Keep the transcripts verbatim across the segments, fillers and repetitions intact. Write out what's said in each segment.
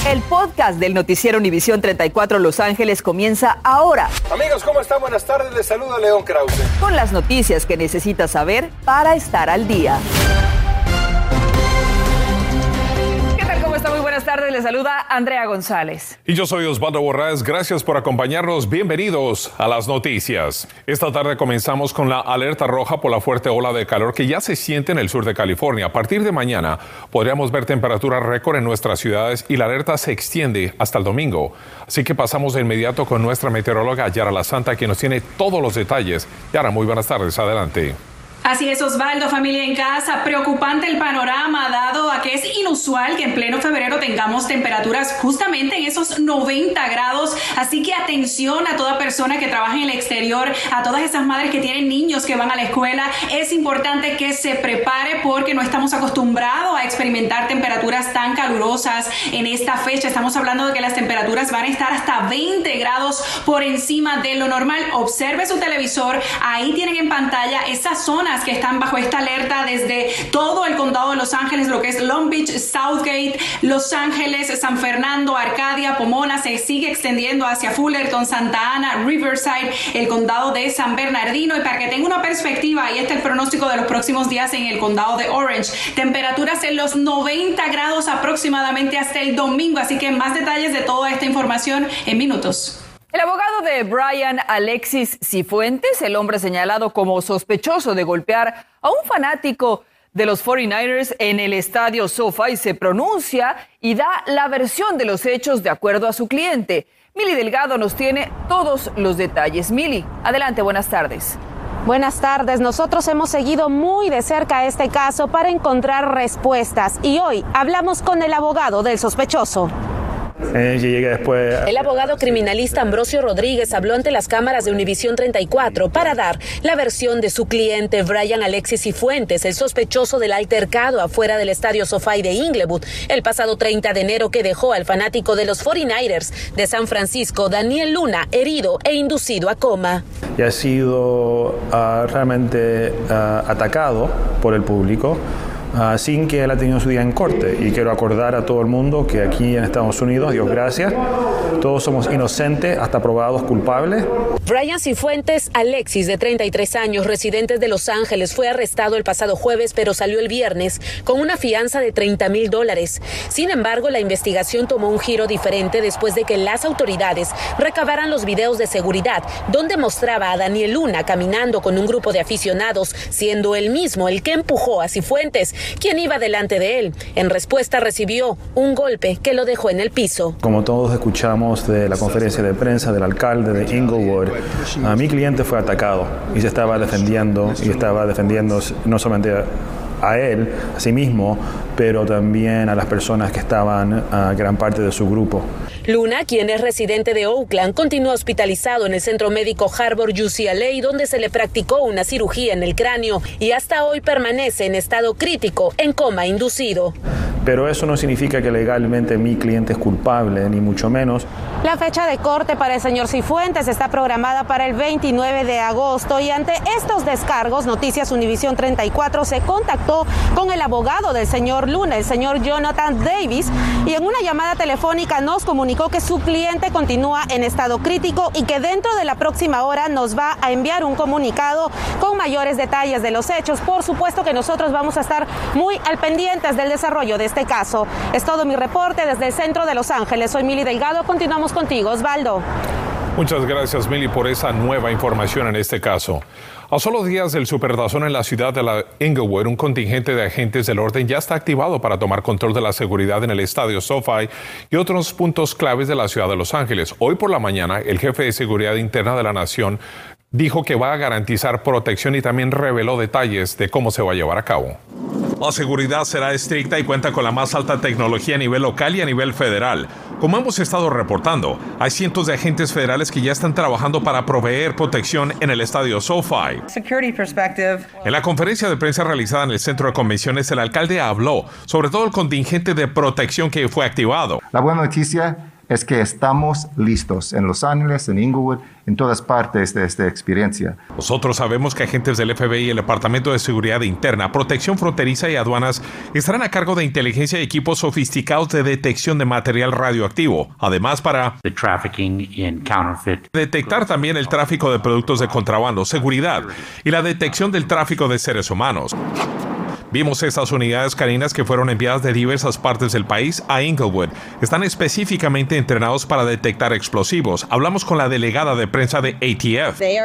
El podcast del noticiero Univisión treinta y cuatro Los Ángeles comienza ahora. Amigos, ¿cómo están? Buenas tardes. Les saluda León Krause. Con las noticias que necesitas saber para estar al día. ¿Qué tal? ¿Cómo está? Muy buenas tardes. Les saluda Andrea González. Y yo soy Osvaldo Borrás. Gracias por acompañarnos. Bienvenidos a las noticias. Esta tarde comenzamos con la alerta roja por la fuerte ola de calor que ya se siente en el sur de California. A partir de mañana podríamos ver temperaturas récord en nuestras ciudades y la alerta se extiende hasta el domingo. Así que pasamos de inmediato con nuestra meteoróloga Yara La Santa, quien nos tiene todos los detalles. Yara, muy buenas tardes. Adelante. Así es, Osvaldo, familia en casa. Preocupante el panorama, dado a que es inusual que en pleno febrero tengamos temperaturas justamente en esos noventa grados. Así que atención a toda persona que trabaja en el exterior, a todas esas madres que tienen niños que van a la escuela. Es importante que se prepare porque no estamos acostumbrados a experimentar temperaturas tan calurosas en esta fecha. Estamos hablando de que las temperaturas van a estar hasta veinte grados por encima de lo normal. Observe su televisor. Ahí tienen en pantalla esas zonas que están bajo esta alerta desde todo el condado de Los Ángeles, lo que es Long Beach, Southgate, Los Ángeles, San Fernando, Arcadia, Pomona, se sigue extendiendo hacia Fullerton, Santa Ana, Riverside, el condado de San Bernardino. Y para que tenga una perspectiva, ahí está el pronóstico de los próximos días en el condado de Orange. Temperaturas en los noventa grados aproximadamente hasta el domingo, así que más detalles de toda esta información en minutos. El abogado de Brian Alexis Cifuentes, el hombre señalado como sospechoso de golpear a un fanático de los cuarenta y nueve ers en el estadio SoFi, se pronuncia y da la versión de los hechos de acuerdo a su cliente. Mili Delgado nos tiene todos los detalles. Mili, adelante, buenas tardes. Buenas tardes. Nosotros hemos seguido muy de cerca este caso para encontrar respuestas y hoy hablamos con el abogado del sospechoso. Eh, llegué después. El abogado criminalista Ambrosio Rodríguez habló ante las cámaras de Univisión treinta y cuatro para dar la versión de su cliente Brian Alexis Cifuentes, el sospechoso del altercado afuera del estadio SoFi de Inglewood el pasado treinta de enero, que dejó al fanático de los cuarenta y nueve ers de San Francisco, Daniel Luna, herido e inducido a coma. Y ha sido uh, realmente uh, atacado por el público. Uh, sin que él ha tenido su día en corte. Y quiero acordar a todo el mundo que aquí en Estados Unidos, Dios gracias, todos somos inocentes hasta probados culpables. Brian Cifuentes Alexis, de treinta y tres años, residente de Los Ángeles, fue arrestado el pasado jueves, pero salió el viernes con una fianza de treinta mil dólares. Sin embargo, la investigación tomó un giro diferente después de que las autoridades recabaran los videos de seguridad, donde mostraba a Daniel Luna caminando con un grupo de aficionados, siendo él mismo el que empujó a Cifuentes, quien iba delante de él. En respuesta recibió un golpe que lo dejó en el piso. Como todos escuchamos de la conferencia de prensa del alcalde de Inglewood, a mi cliente fue atacado y se estaba defendiendo y estaba defendiendo no solamente a, a él, a sí mismo, pero también a las personas que estaban a gran parte de su grupo. Luna, quien es residente de Oakland, continúa hospitalizado en el centro médico Harbor U C L A, donde se le practicó una cirugía en el cráneo y hasta hoy permanece en estado crítico, en coma inducido. Pero eso no significa que legalmente mi cliente es culpable, ni mucho menos. La fecha de corte para el señor Cifuentes está programada para el veintinueve de agosto y ante estos descargos, Noticias Univisión treinta y cuatro se contactó con el abogado del señor Luna, el señor Jonathan Davis, y en una llamada telefónica nos comunicó que su cliente continúa en estado crítico y que dentro de la próxima hora nos va a enviar un comunicado con mayores detalles de los hechos. Por supuesto que nosotros vamos a estar muy al pendientes del desarrollo de este caso. Es todo mi reporte desde el centro de Los Ángeles. Soy Mili Delgado. Continuamos contigo, Osvaldo. Muchas gracias, Mili, por esa nueva información en este caso. A solo días del supertazón en la ciudad de la Inglewood, un contingente de agentes del orden ya está activado para tomar control de la seguridad en el estadio SoFi y otros puntos claves de la ciudad de Los Ángeles. Hoy por la mañana, el jefe de seguridad interna de la nación dijo que va a garantizar protección y también reveló detalles de cómo se va a llevar a cabo. La seguridad será estricta y cuenta con la más alta tecnología a nivel local y a nivel federal. Como hemos estado reportando, hay cientos de agentes federales que ya están trabajando para proveer protección en el estadio SoFi. En la conferencia de prensa realizada en el centro de convenciones, el alcalde habló sobre todo el contingente de protección que fue activado. La buena noticia es que estamos listos en Los Ángeles, en Inglewood, en todas partes de esta experiencia. Nosotros sabemos que agentes del F B I y el Departamento de Seguridad Interna, Protección Fronteriza y Aduanas estarán a cargo de inteligencia y equipos sofisticados de detección de material radioactivo. Además, para detectar también el tráfico de productos de contrabando, seguridad y la detección del tráfico de seres humanos. Vimos estas unidades caninas que fueron enviadas de diversas partes del país a Inglewood. Están específicamente entrenados para detectar explosivos. Hablamos con la delegada de prensa de A T F.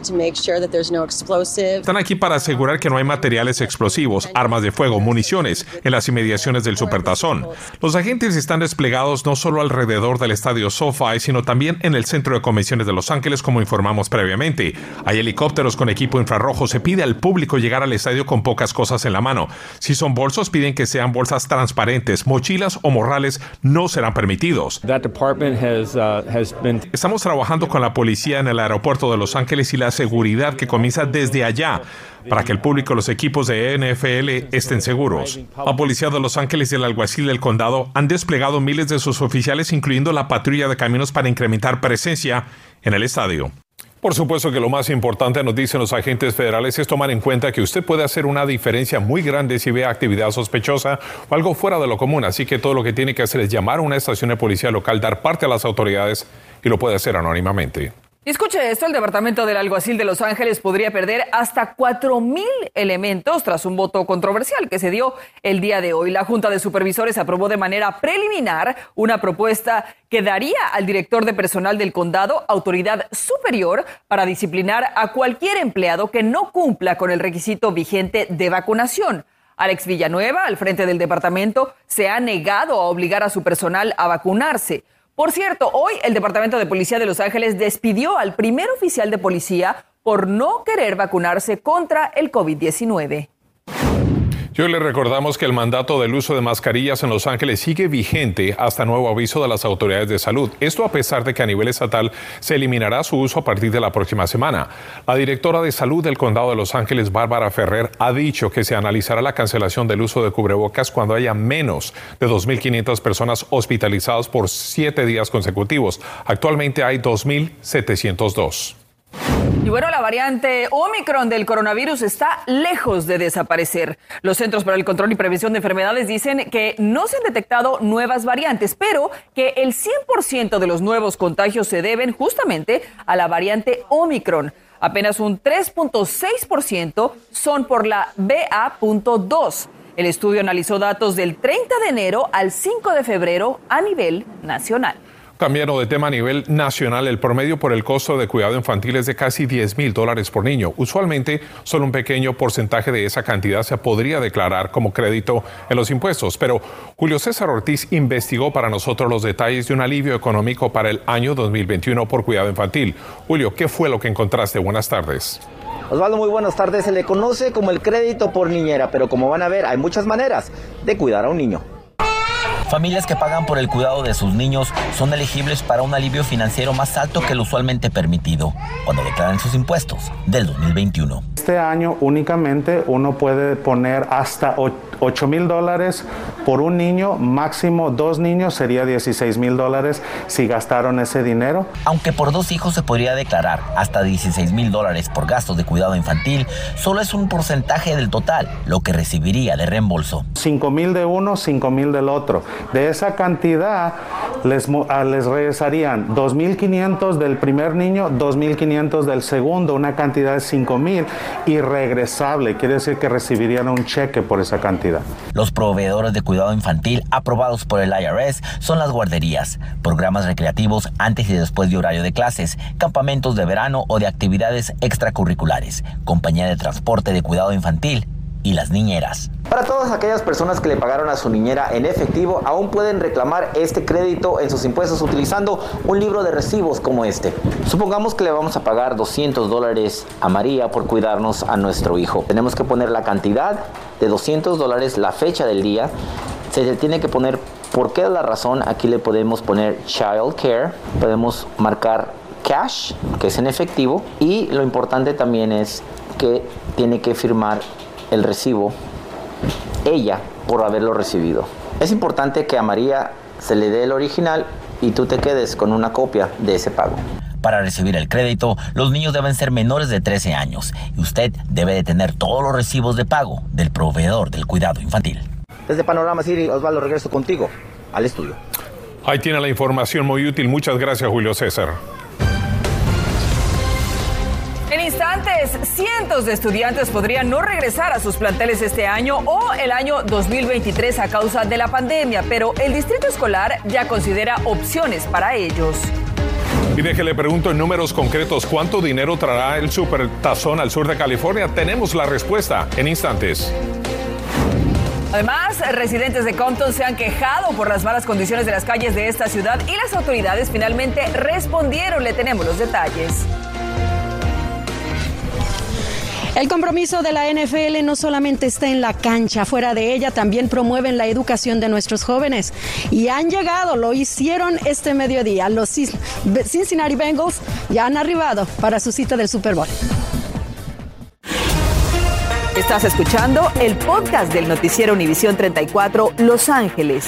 Están aquí para asegurar que no hay materiales explosivos, armas de fuego, municiones en las inmediaciones del Supertazón. Los agentes están desplegados no solo alrededor del estadio SoFi, sino también en el centro de convenciones de Los Ángeles, como informamos previamente. Hay helicópteros con equipo infrarrojo. Se pide al público llegar al estadio con pocas cosas en la mano. Si son bolsos, piden que sean bolsas transparentes. Mochilas o morrales no serán permitidos. That department has, uh, has been... Estamos trabajando con la policía en el aeropuerto de Los Ángeles y la seguridad que comienza desde allá para que el público y los equipos de N F L estén seguros. La policía de Los Ángeles y el alguacil del condado han desplegado miles de sus oficiales, incluyendo la patrulla de caminos, para incrementar presencia en el estadio. Por supuesto que lo más importante, nos dicen los agentes federales, es tomar en cuenta que usted puede hacer una diferencia muy grande si ve actividad sospechosa o algo fuera de lo común. Así que todo lo que tiene que hacer es llamar a una estación de policía local, dar parte a las autoridades, y lo puede hacer anónimamente. Y escuche esto, el Departamento del Alguacil de Los Ángeles podría perder hasta cuatro mil elementos tras un voto controversial que se dio el día de hoy. La Junta de Supervisores aprobó de manera preliminar una propuesta que daría al director de personal del condado autoridad superior para disciplinar a cualquier empleado que no cumpla con el requisito vigente de vacunación. Alex Villanueva, al frente del departamento, se ha negado a obligar a su personal a vacunarse. Por cierto, hoy el Departamento de Policía de Los Ángeles despidió al primer oficial de policía por no querer vacunarse contra el COVID diecinueve. Y hoy le recordamos que el mandato del uso de mascarillas en Los Ángeles sigue vigente hasta nuevo aviso de las autoridades de salud. Esto a pesar de que a nivel estatal se eliminará su uso a partir de la próxima semana. La directora de salud del condado de Los Ángeles, Bárbara Ferrer, ha dicho que se analizará la cancelación del uso de cubrebocas cuando haya menos de dos mil quinientas personas hospitalizadas por siete días consecutivos. Actualmente hay dos mil setecientos dos. Y bueno, la variante Omicron del coronavirus está lejos de desaparecer. Los Centros para el Control y Prevención de Enfermedades dicen que no se han detectado nuevas variantes, pero que el cien por ciento de los nuevos contagios se deben justamente a la variante Omicron. Apenas un tres punto seis por ciento son por la B A punto dos. El estudio analizó datos del treinta de enero al cinco de febrero a nivel nacional. Cambiando de tema a nivel nacional, el promedio por el costo de cuidado infantil es de casi diez mil dólares por niño. Usualmente, solo un pequeño porcentaje de esa cantidad se podría declarar como crédito en los impuestos. Pero Julio César Ortiz investigó para nosotros los detalles de un alivio económico para el año dos mil veintiuno por cuidado infantil. Julio, ¿qué fue lo que encontraste? Buenas tardes. Osvaldo, muy buenas tardes. Se le conoce como el crédito por niñera, pero como van a ver, hay muchas maneras de cuidar a un niño. Familias que pagan por el cuidado de sus niños son elegibles para un alivio financiero más alto que el usualmente permitido cuando declaran sus impuestos del dos mil veintiuno. Este año únicamente uno puede poner hasta ocho mil dólares por un niño, máximo dos niños sería dieciséis mil dólares si gastaron ese dinero. Aunque por dos hijos se podría declarar hasta dieciséis mil dólares por gastos de cuidado infantil, solo es un porcentaje del total lo que recibiría de reembolso. cinco mil de uno, cinco mil del otro. De esa cantidad les, les regresarían dos mil quinientos del primer niño, dos mil quinientos del segundo, una cantidad de cinco mil irregresable, quiere decir que recibirían un cheque por esa cantidad. Los proveedores de cuidado infantil aprobados por el I R S son las guarderías, programas recreativos antes y después de horario de clases, campamentos de verano o de actividades extracurriculares, compañía de transporte de cuidado infantil y las niñeras. Para todas aquellas personas que le pagaron a su niñera en efectivo, aún pueden reclamar este crédito en sus impuestos utilizando un libro de recibos como este. Supongamos que le vamos a pagar doscientos dólares a María por cuidarnos a nuestro hijo. Tenemos que poner la cantidad de doscientos dólares, la fecha del día. Se le tiene que poner por qué es la razón. Aquí le podemos poner Child Care. Podemos marcar Cash, que es en efectivo. Y lo importante también es que tiene que firmar el recibo ella por haberlo recibido. Es importante que a María se le dé el original y tú te quedes con una copia de ese pago. Para recibir el crédito, los niños deben ser menores de trece años y usted debe de tener todos los recibos de pago del proveedor del cuidado infantil. Desde Panorama City, Osvaldo, regreso contigo al estudio. Ahí tiene la información muy útil. Muchas gracias, Julio César. En instantes, cientos de estudiantes podrían no regresar a sus planteles este año o el año dos mil veintitrés a causa de la pandemia, pero el distrito escolar ya considera opciones para ellos. Y déjele pregunto en números concretos, ¿cuánto dinero traerá el supertazón al sur de California? Tenemos la respuesta en instantes. Además, residentes de Compton se han quejado por las malas condiciones de las calles de esta ciudad y las autoridades finalmente respondieron. Le tenemos los detalles. El compromiso de la N F L no solamente está en la cancha, fuera de ella también promueven la educación de nuestros jóvenes. Y han llegado, lo hicieron este mediodía. Los Cincinnati Bengals ya han arribado para su cita del Super Bowl. Estás escuchando el podcast del noticiero Univisión treinta y cuatro Los Ángeles.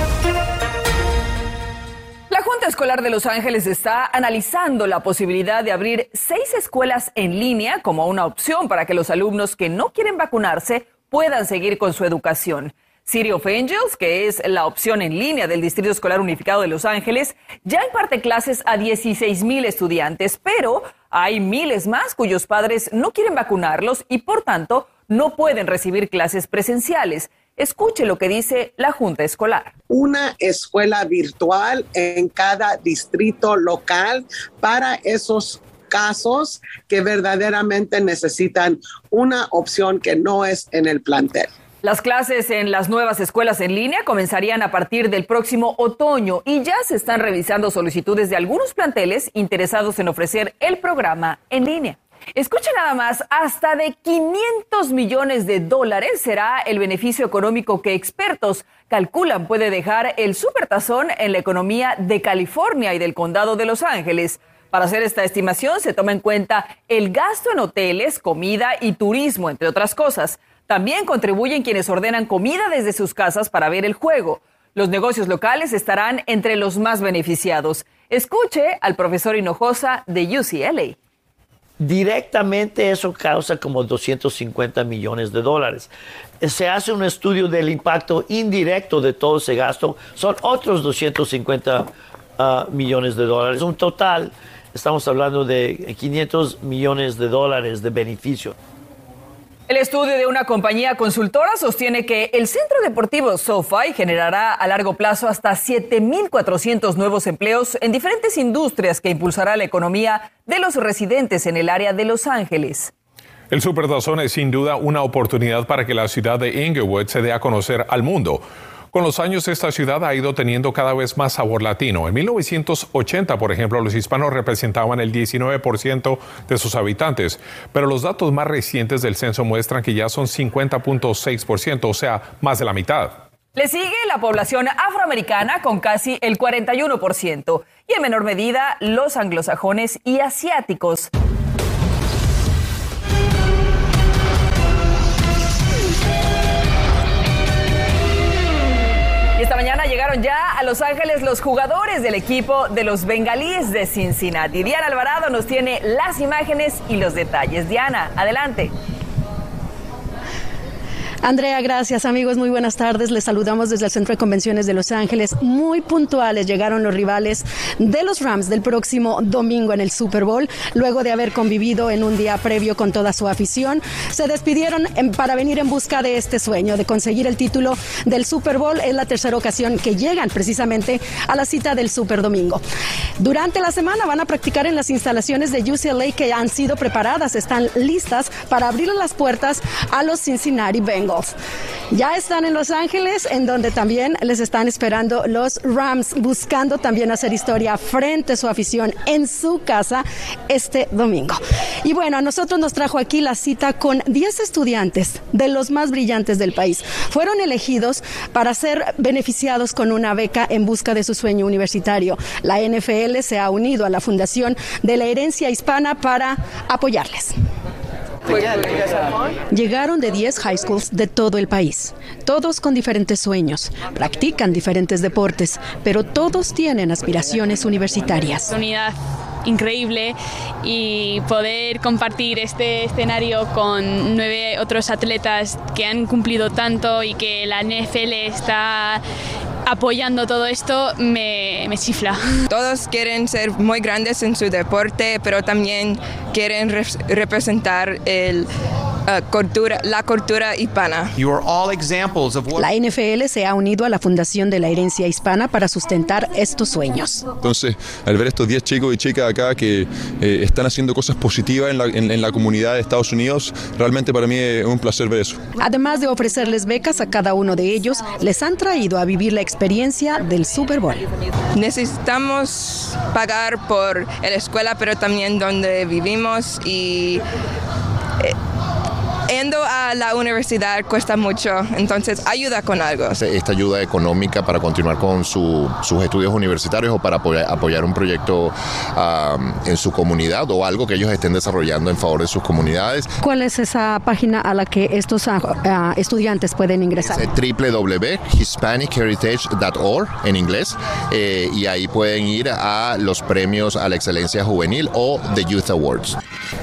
La Junta Escolar de Los Ángeles está analizando la posibilidad de abrir seis escuelas en línea como una opción para que los alumnos que no quieren vacunarse puedan seguir con su educación. City of Angels, que es la opción en línea del Distrito Escolar Unificado de Los Ángeles, ya imparte clases a dieciséis mil estudiantes, pero hay miles más cuyos padres no quieren vacunarlos y, por tanto, no pueden recibir clases presenciales. Escuche lo que dice la Junta Escolar. Una escuela virtual en cada distrito local para esos casos que verdaderamente necesitan una opción que no es en el plantel. Las clases en las nuevas escuelas en línea comenzarían a partir del próximo otoño y ya se están revisando solicitudes de algunos planteles interesados en ofrecer el programa en línea. Escuchen nada más, hasta de quinientos millones de dólares será el beneficio económico que expertos calculan puede dejar el supertazón en la economía de California y del condado de Los Ángeles. Para hacer esta estimación se toma en cuenta el gasto en hoteles, comida y turismo, entre otras cosas. También contribuyen quienes ordenan comida desde sus casas para ver el juego. Los negocios locales estarán entre los más beneficiados. Escuche al profesor Hinojosa de U C L A. Directamente eso causa como doscientos cincuenta millones de dólares. Se hace un estudio del impacto indirecto de todo ese gasto, son otros doscientos cincuenta uh, millones de dólares. Un total, estamos hablando de quinientos millones de dólares de beneficio. El estudio de una compañía consultora sostiene que el centro deportivo SoFi generará a largo plazo hasta siete mil cuatrocientos nuevos empleos en diferentes industrias que impulsará la economía de los residentes en el área de Los Ángeles. El supertazón es sin duda una oportunidad para que la ciudad de Inglewood se dé a conocer al mundo. Con los años, esta ciudad ha ido teniendo cada vez más sabor latino. En mil novecientos ochenta, por ejemplo, los hispanos representaban el diecinueve por ciento de sus habitantes, pero los datos más recientes del censo muestran que ya son cincuenta punto seis por ciento, o sea, más de la mitad. Le sigue la población afroamericana con casi el cuarenta y uno por ciento y en menor medida los anglosajones y asiáticos. Y esta mañana llegaron ya a Los Ángeles los jugadores del equipo de los Bengalíes de Cincinnati. Diana Alvarado nos tiene las imágenes y los detalles. Diana, adelante. Andrea, gracias. Amigos, muy buenas tardes. Les saludamos desde el Centro de Convenciones de Los Ángeles. Muy puntuales llegaron los rivales de los Rams del próximo domingo en el Super Bowl. Luego de haber convivido en un día previo con toda su afición, se despidieron en, para venir en busca de este sueño, de conseguir el título del Super Bowl. Es la tercera ocasión que llegan precisamente a la cita del Super Domingo. Durante la semana van a practicar en las instalaciones de U C L A que han sido preparadas, están listas para abrir las puertas a los Cincinnati Bengals. Ya están en Los Ángeles, en donde también les están esperando los Rams, buscando también hacer historia frente a su afición en su casa este domingo. Y bueno, a nosotros nos trajo aquí la cita con diez estudiantes de los más brillantes del país. Fueron elegidos para ser beneficiados con una beca en busca de su sueño universitario. La N F L se ha unido a la Fundación de la Herencia Hispana para apoyarles. Llegaron de diez high schools de todo el país, todos con diferentes sueños, practican diferentes deportes, pero todos tienen aspiraciones universitarias. Unidad increíble y poder compartir este escenario con nueve otros atletas que han cumplido tanto y que la N F L está apoyando todo esto me, me chifla. Todos quieren ser muy grandes en su deporte, pero también quieren re- representar el Uh, cultura, la cultura hispana. La N F L se ha unido a la Fundación de la Herencia Hispana para sustentar estos sueños. Entonces, al ver estos diez chicos y chicas acá que eh, están haciendo cosas positivas en la, en, en la comunidad de Estados Unidos, realmente para mí es un placer ver eso. Además de ofrecerles becas a cada uno de ellos, les han traído a vivir la experiencia del Super Bowl. Necesitamos pagar por la escuela, pero también donde vivimos y... Eh, Yendo a la universidad cuesta mucho, entonces ayuda con algo. Esta ayuda económica para continuar con su, sus estudios universitarios o para apoyar, apoyar un proyecto um, en su comunidad o algo que ellos estén desarrollando en favor de sus comunidades. ¿Cuál es esa página a la que estos uh, uh, estudiantes pueden ingresar? Es doble u doble u doble u punto hispanic heritage punto org en inglés eh, y ahí pueden ir a los premios a la excelencia juvenil o The Youth Awards.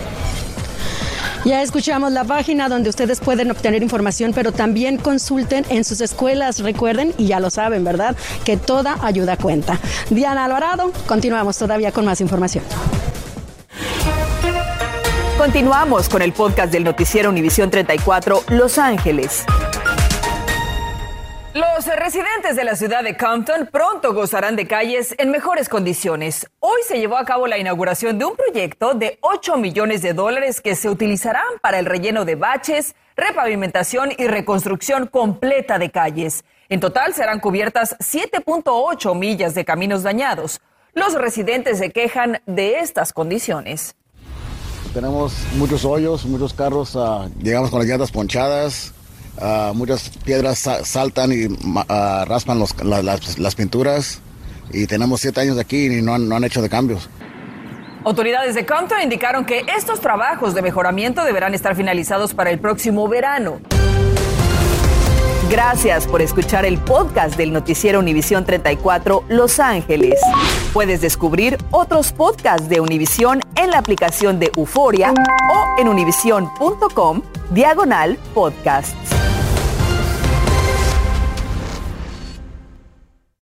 Ya escuchamos la página donde ustedes pueden obtener información, pero también consulten en sus escuelas. Recuerden, y ya lo saben, ¿verdad?, que toda ayuda cuenta. Diana Alvarado, continuamos todavía con más información. Continuamos con el podcast del noticiero Univisión treinta y cuatro, Los Ángeles. Los residentes de la ciudad de Compton pronto gozarán de calles en mejores condiciones. Hoy se llevó a cabo la inauguración de un proyecto de ocho millones de dólares que se utilizarán para el relleno de baches, repavimentación y reconstrucción completa de calles. En total serán cubiertas siete punto ocho millas de caminos dañados. Los residentes se quejan de estas condiciones. Tenemos muchos hoyos, muchos carros, uh, llegamos con las llantas ponchadas. Uh, muchas piedras sa- saltan y uh, raspan los, la, las, las pinturas y tenemos siete años aquí y no han, no han hecho de cambios. Autoridades de Compton indicaron que estos trabajos de mejoramiento deberán estar finalizados para el próximo verano. Gracias por escuchar el podcast del noticiero Univisión treinta y cuatro Los Ángeles. Puedes descubrir otros podcasts de Univisión en la aplicación de Euforia o en univision punto com diagonal podcasts.